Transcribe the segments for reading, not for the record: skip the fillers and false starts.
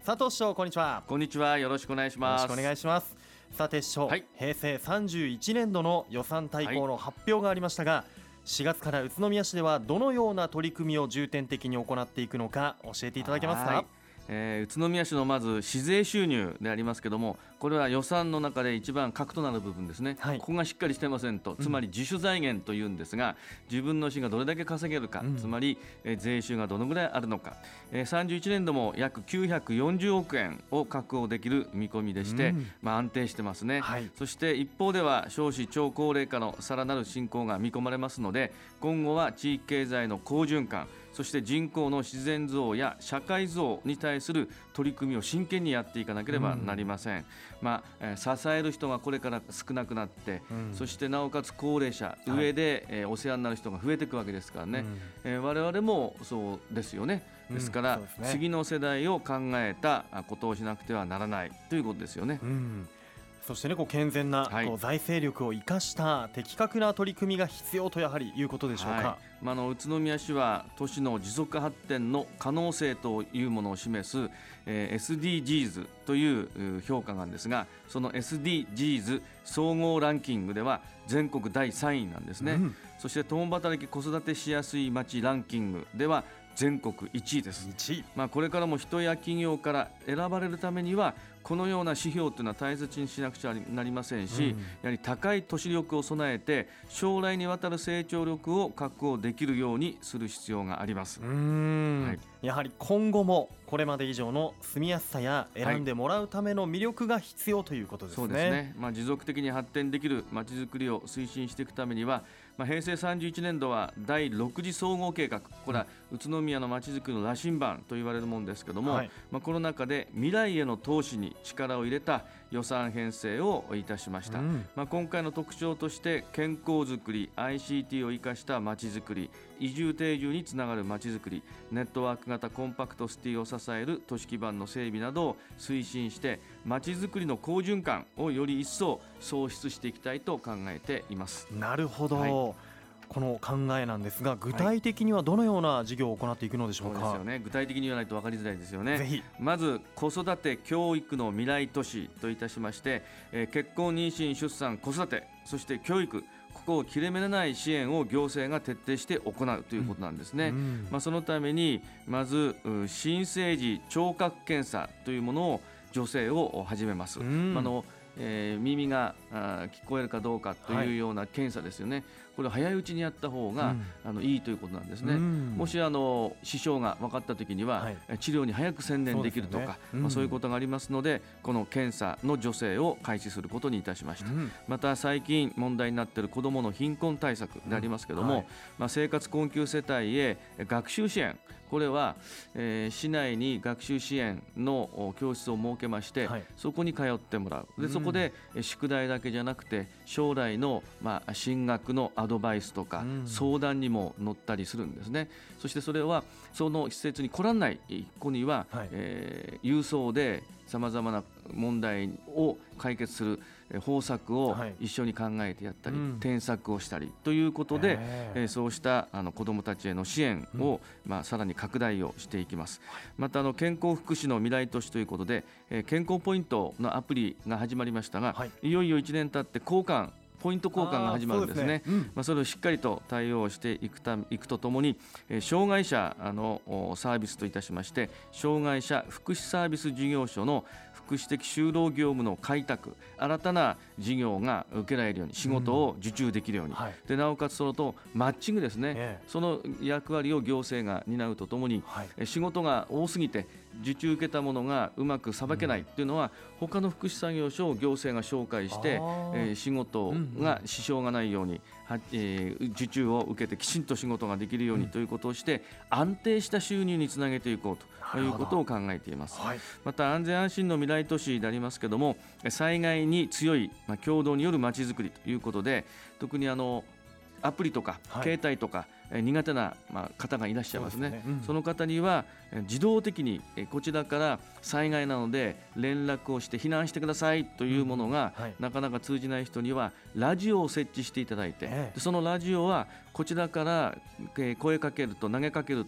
佐藤市長、こんにちは。 こんにちは、よろしくお願いします。 よろしくお願いします。さて市長、平成31年度の予算大綱の発表がありましたが、4月から宇都宮市ではどのような取り組みを重点的に行っていくのか教えていただけますか。 宇都宮市のまず市税収入でありますけども、これは予算の中で一番核となる部分ですね、ここがしっかりしてませんと、つまり自主財源というんですが、自分の市がどれだけ稼げるか、つまり税収がどのぐらいあるのか、31年度も約940億円を確保できる見込みでして、安定してますね、そして一方では少子超高齢化のさらなる進行が見込まれますので、今後は地域経済の好循環、そして人口の自然増や社会増に対する取り組みを真剣にやっていかなければなりません。支える人がこれから少なくなって、そしてなおかつ高齢者、上で、お世話になる人が増えていくわけですからね、我々もそうですよね。ですから、次の世代を考えたことをしなくてはならないということですよね。 そしてね、健全な、財政力を生かした的確な取り組みが必要とやはりいうことでしょうか。 宇都宮市は都市の持続発展の可能性というものを示す、SDGs という評価があるんですが、その SDGs 総合ランキングでは全国第3位なんですね、そして共働き子育てしやすい町ランキングでは全国1位です。これからも人や企業から選ばれるためにはこのような指標というのは大切にしなくちゃなりませんし、やはり高い都市力を備えて将来にわたる成長力を確保できるようにする必要があります。 やはり今後もこれまで以上の住みやすさや選んでもらうための魅力が必要ということですね。 そうですね、持続的に発展できるまちづくりを推進していくためには、平成31年度は第6次総合計画、これは宇都宮のまちづくりの羅針盤と言われるものですけども、この中で未来への投資に力を入れた予算編成をいたしました。今回の特徴として健康づくり、 ICT を生かしたまちづくり、移住定住につながるまちづくり、ネットワーク型コンパクトシティを支える都市基盤の整備などを推進してまちづくりの好循環をより一層創出していきたいと考えています。 なるほど、この考えなんですが、具体的にはどのような事業を行っていくのでしょうか。 そうですよね、具体的に言わないと分かりづらいですよね。 ぜひ。 まず子育て教育の未来都市といたしまして、結婚妊娠出産子育て、そして教育、ここを切れ目のない支援を行政が徹底して行うということなんですね。そのためにまず新生児聴覚検査というものを助成を始めます。耳が聞こえるかどうかというような検査ですよね。これを早いうちにやった方がいいということなんですね。もし支障が分かったときには、治療に早く専念できるとか、そういうことがありますので、この検査の助成を開始することにいたしました。また最近問題になっている子どもの貧困対策でありますけども、生活困窮世帯へ学習支援、これは、市内に学習支援の教室を設けまして、そこに通ってもらう。でそこで宿題だけじゃなくて将来の進学のアドバイスとか相談にも乗ったりするんですね。そしてそれはその施設に来らない子には、郵送でさまざまな問題を解決する方策を一緒に考えてやったり、添削をしたりということで、そうした子どもたちへの支援を、さらに拡大をしていきます。また健康福祉の未来都市ということで、健康ポイントのアプリが始まりましたが、いよいよ1年経ってポイント交換が始まるんですね。それをしっかりと対応していくとともに、障害者のサービスといたしまして、障害者福祉サービス事業所の福祉的就労業務の開拓、新たな事業が受けられるように、仕事を受注できるように、でなおかつそれとマッチングですね、その役割を行政が担うとともに、仕事が多すぎて受注受けたものがうまくさばけないというのは、他の福祉作業所を行政が紹介して、仕事が支障がないように、受注を受けてきちんと仕事ができるようにということをして、安定した収入につなげていこうということを考えています。また安全安心の未来都市でありますけれども、災害に強い共同によるまちづくりということで、特にアプリとか携帯とか苦手な方がいらっしゃいますね。その方には自動的にこちらから災害なので連絡をして避難してくださいというものがなかなか通じない人にはラジオを設置していただいて、そのラジオはこちらから声かけると投げかけると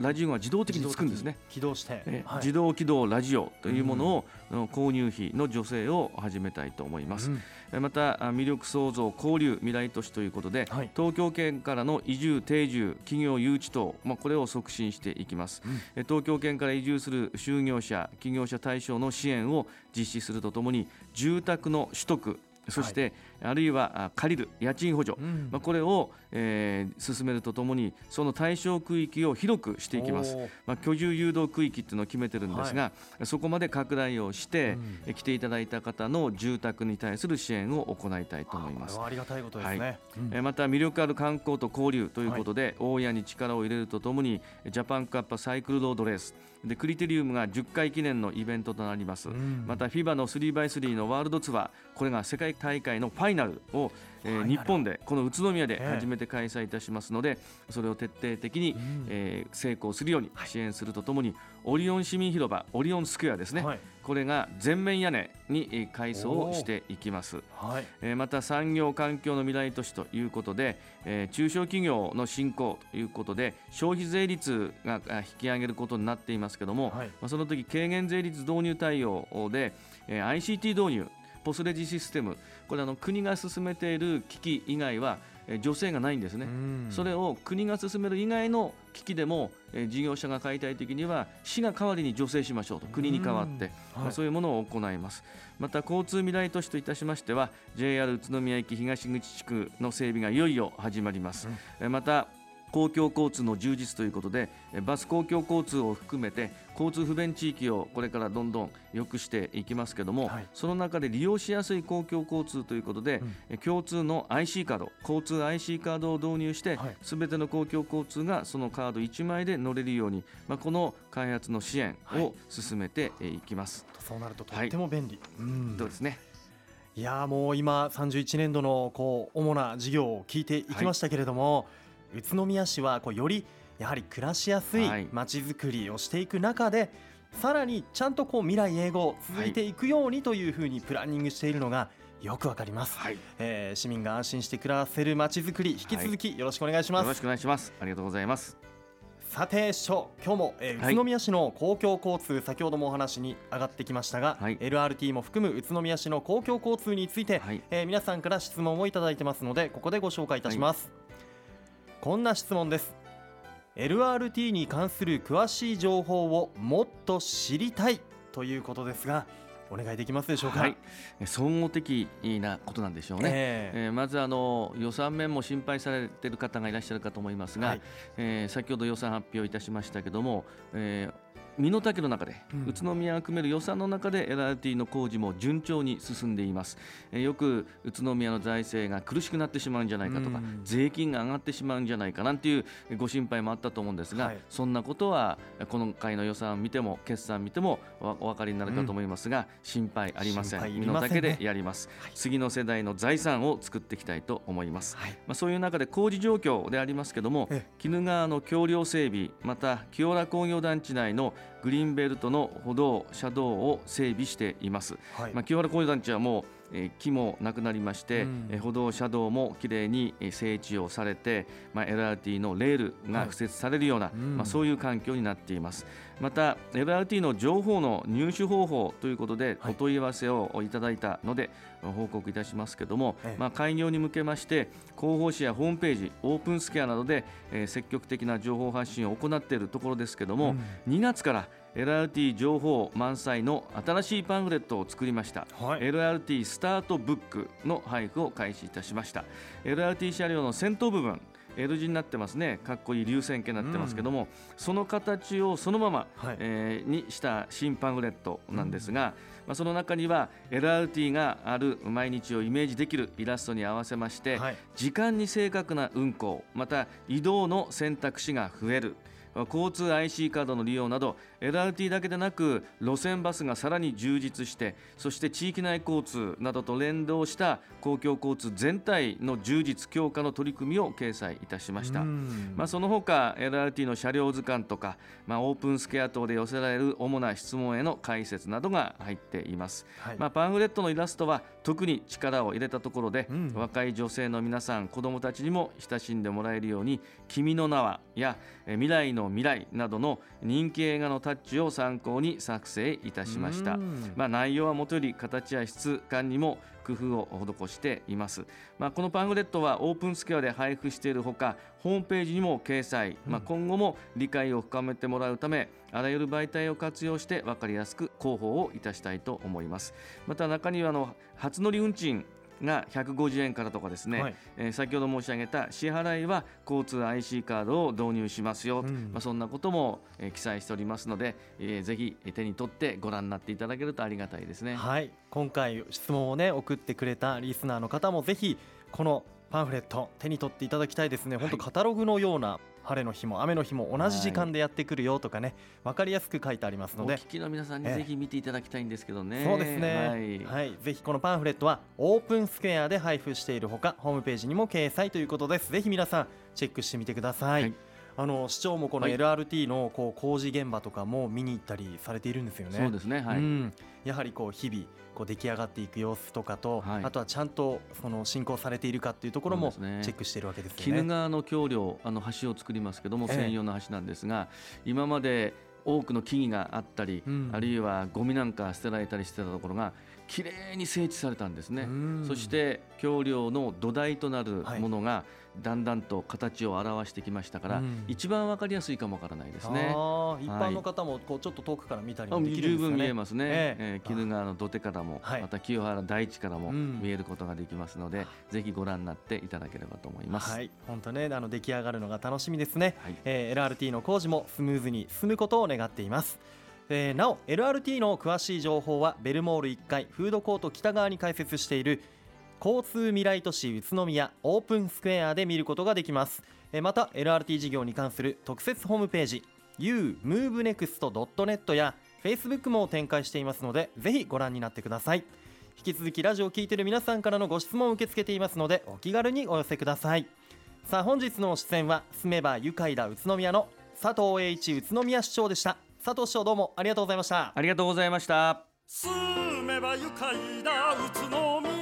ラジオが自動的につくんですね。 起動して、 自動起動ラジオというものを、購入費の助成を始めたいと思います。また魅力創造交流未来都市ということで、東京圏からの移住定住企業誘致等、これを促進していきます。東京圏から移住する就業者企業者対象の支援を実施するとともに、住宅の取得、そして、あるいは借りる家賃補助、これを、進めるとともに、その対象区域を広くしていきます。居住誘導区域っていうのを決めてるんですが、そこまで拡大をして、来ていただいた方の住宅に対する支援を行いたいと思います。 ありがたいことですね。 また魅力ある観光と交流ということで、大谷に力を入れるとともに、ジャパンカッパサイクルロードレースでクリテリウムが10回記念のイベントとなります。また FIBA の 3x3 のワールドツアー、これが世界大会のファイナルを、日本でこの宇都宮で初めて開催いたしますので、それを徹底的に、成功するように支援するとともに、オリオン市民広場オリオンスクエアですね、これが全面屋根に改装をしていきます。また産業環境の未来都市ということで、中小企業の振興ということで消費税率が引き上げることになっていますけども、その時軽減税率導入対応で、ICT 導入ポスレジシステム、これ国が進めている機器以外は助成がないんですね。それを国が進める以外の機器でも事業者が解体的には市が代わりに助成しましょうと、国に代わって、そういうものを行います。また交通未来都市といたしましては JR 宇都宮駅東口地区の整備がいよいよ始まります。また公共交通の充実ということで、バス公共交通を含めて交通不便地域をこれからどんどん良くしていきますけども、その中で利用しやすい公共交通ということで、共通の IC カード、交通 IC カードを導入して、全ての公共交通がそのカード1枚で乗れるように、この開発の支援を進めていきます。 そうなるととっても便利。 そうですね。 いやもう今31年度の主な事業を聞いていきましたけれども、宇都宮市はよりやはり暮らしやすい街づくりをしていく中で、さらにちゃんと未来永劫続いていくようにというふうにプランニングしているのがよくわかります。市民が安心して暮らせる街づくり、引き続きよろしくお願いします。 よろしくお願いします。ありがとうございます。 さて市長、今日も、宇都宮市の公共交通、先ほどもお話に上がってきましたが、LRT も含む宇都宮市の公共交通について、皆さんから質問をいただいてますので、ここでご紹介いたします。こんな質問です。 LRT に関する詳しい情報をもっと知りたいということですが、お願いできますでしょうか。 総合的なことなんでしょうね。まず予算面も心配されている方がいらっしゃるかと思いますが、先ほど予算発表いたしましたけども、身の丈の中で、宇都宮が組める予算の中で LRT の工事も順調に進んでいます。よく宇都宮の財政が苦しくなってしまうんじゃないかとか、税金が上がってしまうんじゃないかなんていうご心配もあったと思うんですが、そんなことは今回の予算を見ても決算見てもお分かりになるかと思いますが、心配ありません。身の丈でやります。次の世代の財産を作っていきたいと思います。そういう中で工事状況でありますけども、鬼怒川の橋梁整備、また清良工業団地内のグリーンベルトの歩道車道を整備しています。清原工業団地はもう木もなくなりまして、歩道車道もきれいに整地をされて、LRT のレールが敷設されるような、そういう環境になっています。また LRT の情報の入手方法ということでお問い合わせをいただいたので報告いたしますけども、開業に向けまして広報誌やホームページ、オープンスケアなどで積極的な情報発信を行っているところですけども、2月からLRT 情報満載の新しいパンフレットを作りました。LRT スタートブックの配布を開始いたしました。 LRT 車両の先頭部分L 字になってますね。かっこいい流線形になってますけども、その形をそのまま、にした新パンフレットなんですが、その中には LRT がある毎日をイメージできるイラストに合わせまして、時間に正確な運行、また移動の選択肢が増える、交通 IC カードの利用など LRT だけでなく路線バスがさらに充実して、そして地域内交通などと連動した公共交通全体の充実強化の取り組みを掲載いたしました。その他 LRT の車両図鑑とか、オープンスケア等で寄せられる主な質問への解説などが入っています。パンフレットのイラストは特に力を入れたところで、若い女性の皆さん、子どもたちにも親しんでもらえるように君の名はや未来のの未来などの人気映画のタッチを参考に作成いたしました。内容はもとより形や質感にも工夫を施しています。このパンフレットはオープンスクエアで配布しているほか、ホームページにも掲載、今後も理解を深めてもらうため、あらゆる媒体を活用して分かりやすく広報をいたしたいと思います。また中には初乗り運賃が150円からとかですね、先ほど申し上げた支払いは交通 IC カードを導入しますよ、そんなことも、記載しておりますので、ぜひ手に取ってご覧になっていただけるとありがたいですね。 はい、今回質問をね送ってくれたリスナーの方もぜひこのパンフレット手に取っていただきたいですね。本当カタログのような、晴れの日も雨の日も同じ時間でやってくるよとかね、分かりやすく書いてありますので、 お聞きの皆さんにぜひ見ていただきたいんですけどね。 そうですね、ぜひこのパンフレットはオープンスクエアで配布しているほか、ホームページにも掲載ということです。ぜひ皆さんチェックしてみてください。市長もこの LRT の工事現場とかも見に行ったりされているんですよね。 そうですね、 やはり日々出来上がっていく様子とかと、あとはちゃんと進行されているかっていうところもチェックしているわけですよね。 鬼怒川の橋梁、橋を作りますけども、専用の橋なんですが、今まで多くの木々があったり、あるいはゴミなんか捨てられたりしてたところがきれいに整地されたんですね。そして橋梁の土台となるものがだんだんと形を表してきましたから、一番わかりやすいかもわからないですね。 一般の方もちょっと遠くから見たりもできるんですよね。 十分見えますね。鬼怒川の土手からも、また清原大地からも見えることができますので、ぜひご覧になっていただければと思います。 本当ね、出来上がるのが楽しみですね。LRT の工事もスムーズに進むことを願っています。なお LRT の詳しい情報はベルモール1階フードコート北側に開設している交通未来都市宇都宮オープンスクエアで見ることができます。また LRT 事業に関する特設ホームページ umovenext.net や Facebook も展開していますので、ぜひご覧になってください。引き続きラジオを聞いている皆さんからのご質問を受け付けていますので、お気軽にお寄せください。さあ本日の出演は住めば愉快だ宇都宮の佐藤栄一宇都宮市長でした。佐藤市長、どうもありがとうございました。 ありがとうございました。 住めば愉快だ宇都宮。